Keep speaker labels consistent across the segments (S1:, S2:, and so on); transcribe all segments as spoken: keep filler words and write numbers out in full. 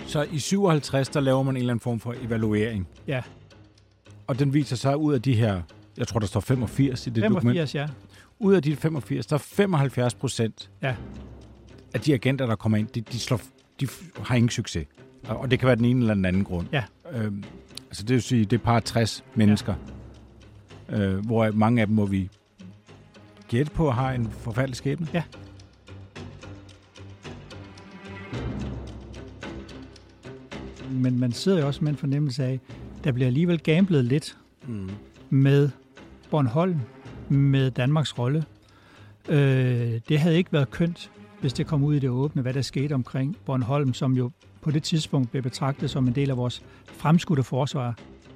S1: Så i syvoghalvtreds, der laver man en eller anden form for evaluering.
S2: Ja.
S1: Og den viser sig ud af de her, jeg tror, der står femogfirs i det
S2: femogfirs,
S1: dokument.
S2: ja.
S1: Ud af de femogfirs, der er femoghalvfjerds procent
S2: ja.
S1: af de agenter, der kommer ind, de, de, slår, de har ingen succes. Og det kan være den ene eller den anden grund.
S2: Ja.
S1: Øhm, altså det vil sige, det er par tres mennesker, ja. øh, hvor mange af dem må vi gætte på har en forfærdelig skæbne.
S2: Ja. Men man sidder jo også med en fornemmelse af, der bliver alligevel gamblet lidt mm. med Bornholm, med Danmarks rolle. Øh, det havde ikke været kønt, hvis det kom ud i det åbne, hvad der skete omkring Bornholm, som jo på det tidspunkt blev betragtet som en del af vores fremskudte forsvar.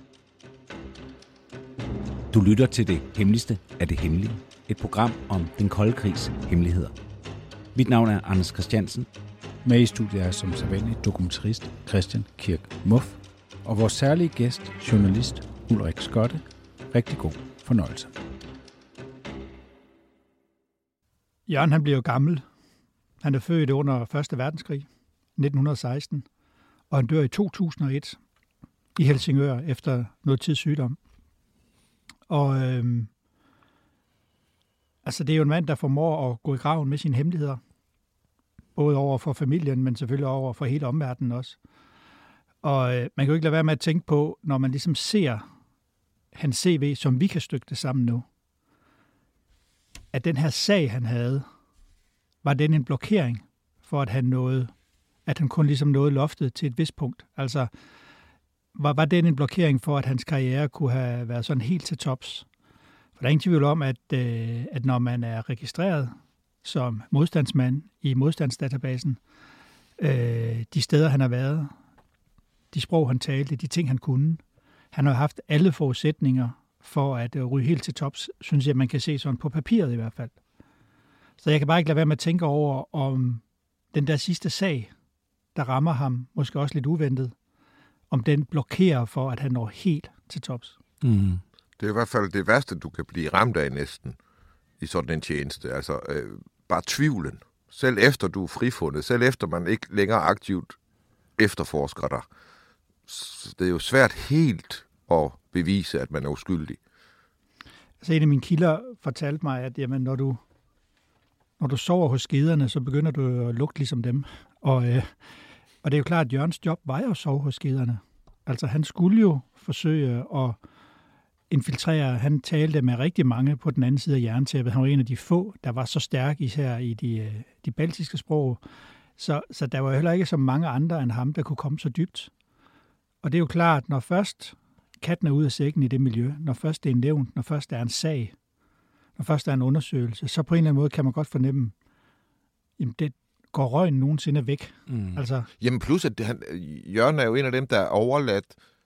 S3: Du lytter til det hemmeligste af det hemmelige. Et program om den kolde krigs hemmeligheder. Mit navn er Anders Christiansen.
S1: Med i studiet er som sædvanlig dokumentarist Christian Kirk Muff. Og vores særlige gæst, journalist Ulrik Skotte. Rigtig god fornøjelse.
S2: Jørgen, han bliver jo gammel. Han er født under første verdenskrig, nitten seksten, og han dør i to tusind og et i Helsingør efter noget tids sygdom. Og øhm, altså det er jo en mand, der formår at gå i graven med sine hemmeligheder. Både over for familien, men selvfølgelig over for hele omverdenen også. Og øh, man kan jo ikke lade være med at tænke på, når man ligesom ser hans C V, som vi kan stykke det sammen nu, at den her sag, han havde, var den en blokering for, at han nåede, at han kun ligesom nåede loftet til et vist punkt. Altså, var, var den en blokering for, at hans karriere kunne have været sådan helt til tops? For der er ingen tvivl om, at, øh, at når man er registreret som modstandsmand i modstandsdatabasen, øh, de steder, han har været, de sprog, han talte, de ting, han kunne, han har haft alle forudsætninger for at øh, ryge helt til tops, synes jeg, man kan se sådan på papiret i hvert fald. Så jeg kan bare ikke lade være med at tænke over, om den der sidste sag, der rammer ham, måske også lidt uventet, om den blokerer for, at han når helt til tops.
S4: Mm. Det er i hvert fald det værste, du kan blive ramt af næsten i sådan en tjeneste. Altså øh, bare tvivlen. Selv efter du er frifundet, selv efter man ikke længere aktivt efterforsker dig. Det er jo svært helt at bevise, at man er uskyldig.
S2: Altså en af mine kilder fortalte mig, at jamen, når du Når du sover hos skederne, så begynder du at lugte ligesom dem. Og, øh, og det er jo klart, at Jørgens job var jo at sove hos skederne. Altså han skulle jo forsøge at infiltrere. Han talte med rigtig mange på den anden side af jerntæppet. Han var en af de få, der var så stærk især i de, de baltiske sprog. Så, så der var heller ikke så mange andre end ham, der kunne komme så dybt. Og det er jo klart, når først katten er ude af sækken i det miljø, når først det er nævnt, når først der er en sag, når først der er en undersøgelse, så på en eller anden måde kan man godt fornemme, jamen det går røgen nogensinde væk. Mm. Altså.
S4: Jamen plus, at han, Jørgen er jo en af dem, der er overladt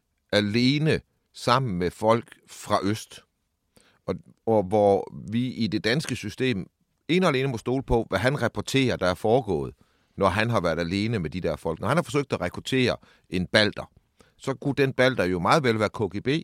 S4: alene sammen med folk fra øst. Og, og hvor vi i det danske system en og alene må stole på, hvad han rapporterer, der er foregået, når han har været alene med de der folk. Når han har forsøgt at rekruttere en balter, så kunne den balter jo meget vel være K G B.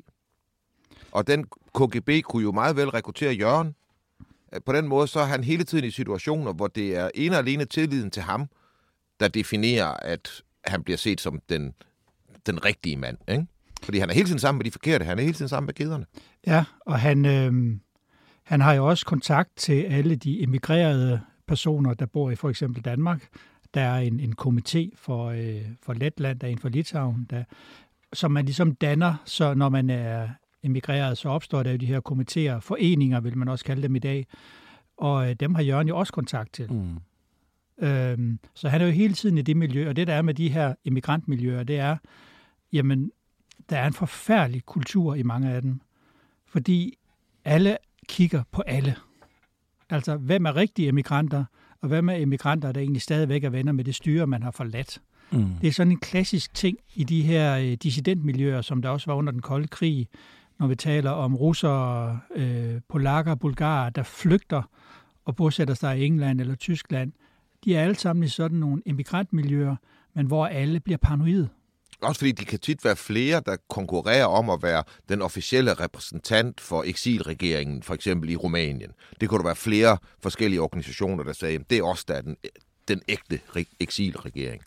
S4: Og den K G B kunne jo meget vel rekruttere Jørgen. På den måde så er han hele tiden i situationer, hvor det er en og alene tilliden til ham, der definerer, at han bliver set som den, den rigtige mand. Ikke? Fordi han er hele tiden sammen med de forkerte, han er hele tiden sammen med kederne.
S2: Ja, og han, øh, han har jo også kontakt til alle de emigrerede personer, der bor i for eksempel Danmark. Der er en, en komité for, øh, for Letland, der er en for Litauen, der, som man ligesom danner, så når man er emigreret, så opstår der jo de her komitéer, foreninger vil man også kalde dem i dag, og øh, dem har Jørgen jo også kontakt til. Mm. Øhm, så han er jo hele tiden i det miljø, og det der er med de her emigrantmiljøer, det er, jamen, der er en forfærdelig kultur i mange af dem, fordi alle kigger på alle. Altså, hvem er rigtige emigranter, og hvem er emigranter, der egentlig stadigvæk er venner med det styre, man har forladt. Mm. Det er sådan en klassisk ting i de her øh, dissidentmiljøer, som der også var under den kolde krig, når vi taler om russere, øh, polakker, bulgarer, der flygter og bosætter sig i England eller Tyskland. De er alle sammen i sådan nogle emigrantmiljøer, men hvor alle bliver paranoide.
S4: Også fordi de kan tit være flere, der konkurrerer om at være den officielle repræsentant for eksilregeringen, for eksempel i Rumænien. Det kunne der være flere forskellige organisationer, der sagde, at det er også der den, den ægte eksilregering.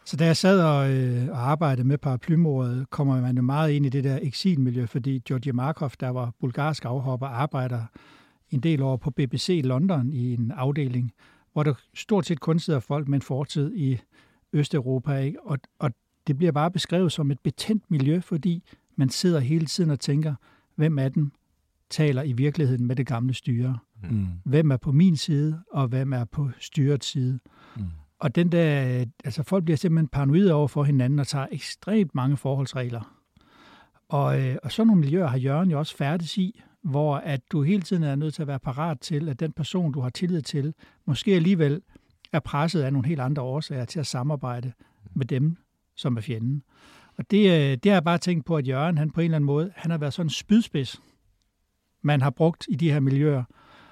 S2: Så da jeg sad og, øh, og arbejdede med paraplymordet, kommer man jo meget ind i det der eksilmiljø, fordi Georgi Markov, der var bulgarsk afhopper, arbejder en del år på B B C London i en afdeling, hvor der stort set kun sidder folk med en fortid i Østeuropa, ikke? Og, og det bliver bare beskrevet som et betændt miljø, fordi man sidder hele tiden og tænker, hvem af dem taler i virkeligheden med det gamle styre. Mm. Hvem er på min side, og hvem er på styrets side. Mm. Og den der, altså folk bliver simpelthen paranoide over for hinanden og tager ekstremt mange forholdsregler. Og, øh, og sådan nogle miljøer har Jørgen jo også færdes i, hvor at du hele tiden er nødt til at være parat til, at den person, du har tillid til, måske alligevel er presset af nogle helt andre årsager til at samarbejde med dem, som er fjenden. Og det, det har jeg bare tænkt på, at Jørgen, han på en eller anden måde, han har været sådan en spydspids, man har brugt i de her miljøer.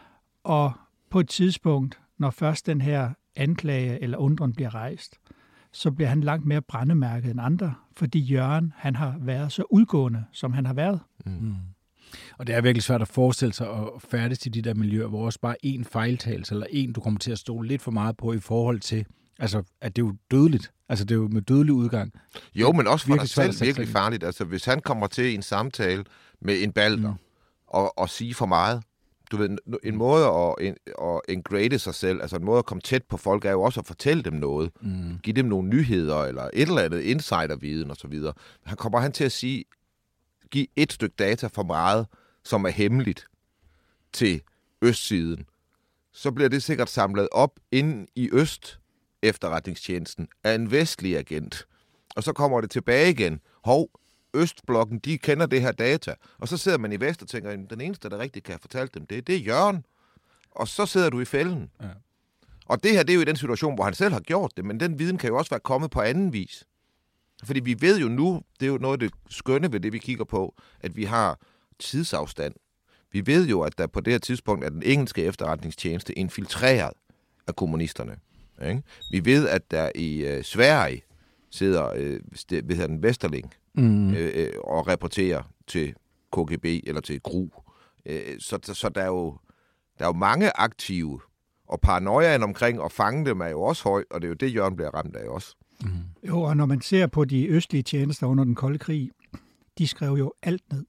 S2: Og på et tidspunkt, når først den her anklage eller undren bliver rejst, så bliver han langt mere brændemærket end andre, fordi Jørgen, han har været så udgående, som han har været.
S1: Mm. Og det er virkelig svært at forestille sig at færdes til de der miljøer, hvor også bare en fejltagelse, eller en, du kommer til at stole lidt for meget på i forhold til, altså, at det er jo dødeligt. Altså, det er jo med dødelig udgang.
S4: Jo, men også for dig selv virkelig farligt. Altså, hvis han kommer til en samtale med en balder, mm. og, og sige for meget, du ved, en måde at, at engrade sig selv, altså en måde at komme tæt på folk, er jo også at fortælle dem noget. Mm. Give dem nogle nyheder, eller et eller andet insiderviden, og så videre. Han kommer han til at sige, give et stykke data for meget, som er hemmeligt, til østsiden. Så bliver det sikkert samlet op inde i Øst efterretningstjenesten af en vestlig agent. Og så kommer det tilbage igen. Hov, Østblokken, de kender det her data. Og så sidder man i Vest og tænker, den eneste, der rigtig kan fortælle dem det, det er Jørgen. Og så sidder du i fælden. Ja. Og det her, det er jo i den situation, hvor han selv har gjort det, men den viden kan jo også være kommet på anden vis. Fordi vi ved jo nu, det er jo noget af det skønne ved det, vi kigger på, at vi har tidsafstand. Vi ved jo, at der på det her tidspunkt er den engelske efterretningstjeneste infiltreret af kommunisterne. Ikke? Vi ved, at der i øh, Sverige sidder øh, ved den Vesterling mm. øh, og rapporterer til K G B eller til G R U. Øh, så så der, er jo, der er jo mange aktive, og paranoiaen omkring at fange dem er jo også høj, og det er jo det, Jørgen bliver ramt af også.
S2: Mm. Jo, og når man ser på de østlige tjenester under den kolde krig, de skrev jo alt ned.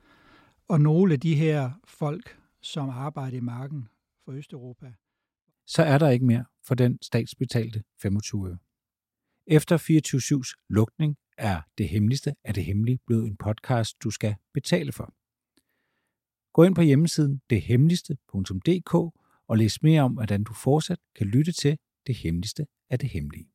S2: Og nogle af de her folk, som arbejder i marken for Østeuropa,
S1: så er der ikke mere for den statsbetalte femogtyve øre. Efter fireogtyve syvs lukning er Det Hemmeligste af det Hemmelige blevet en podcast, du skal betale for. Gå ind på hjemmesiden det hemmeligste punktum d k og læs mere om, hvordan du fortsat kan lytte til Det Hemmeligste af det Hemmelige.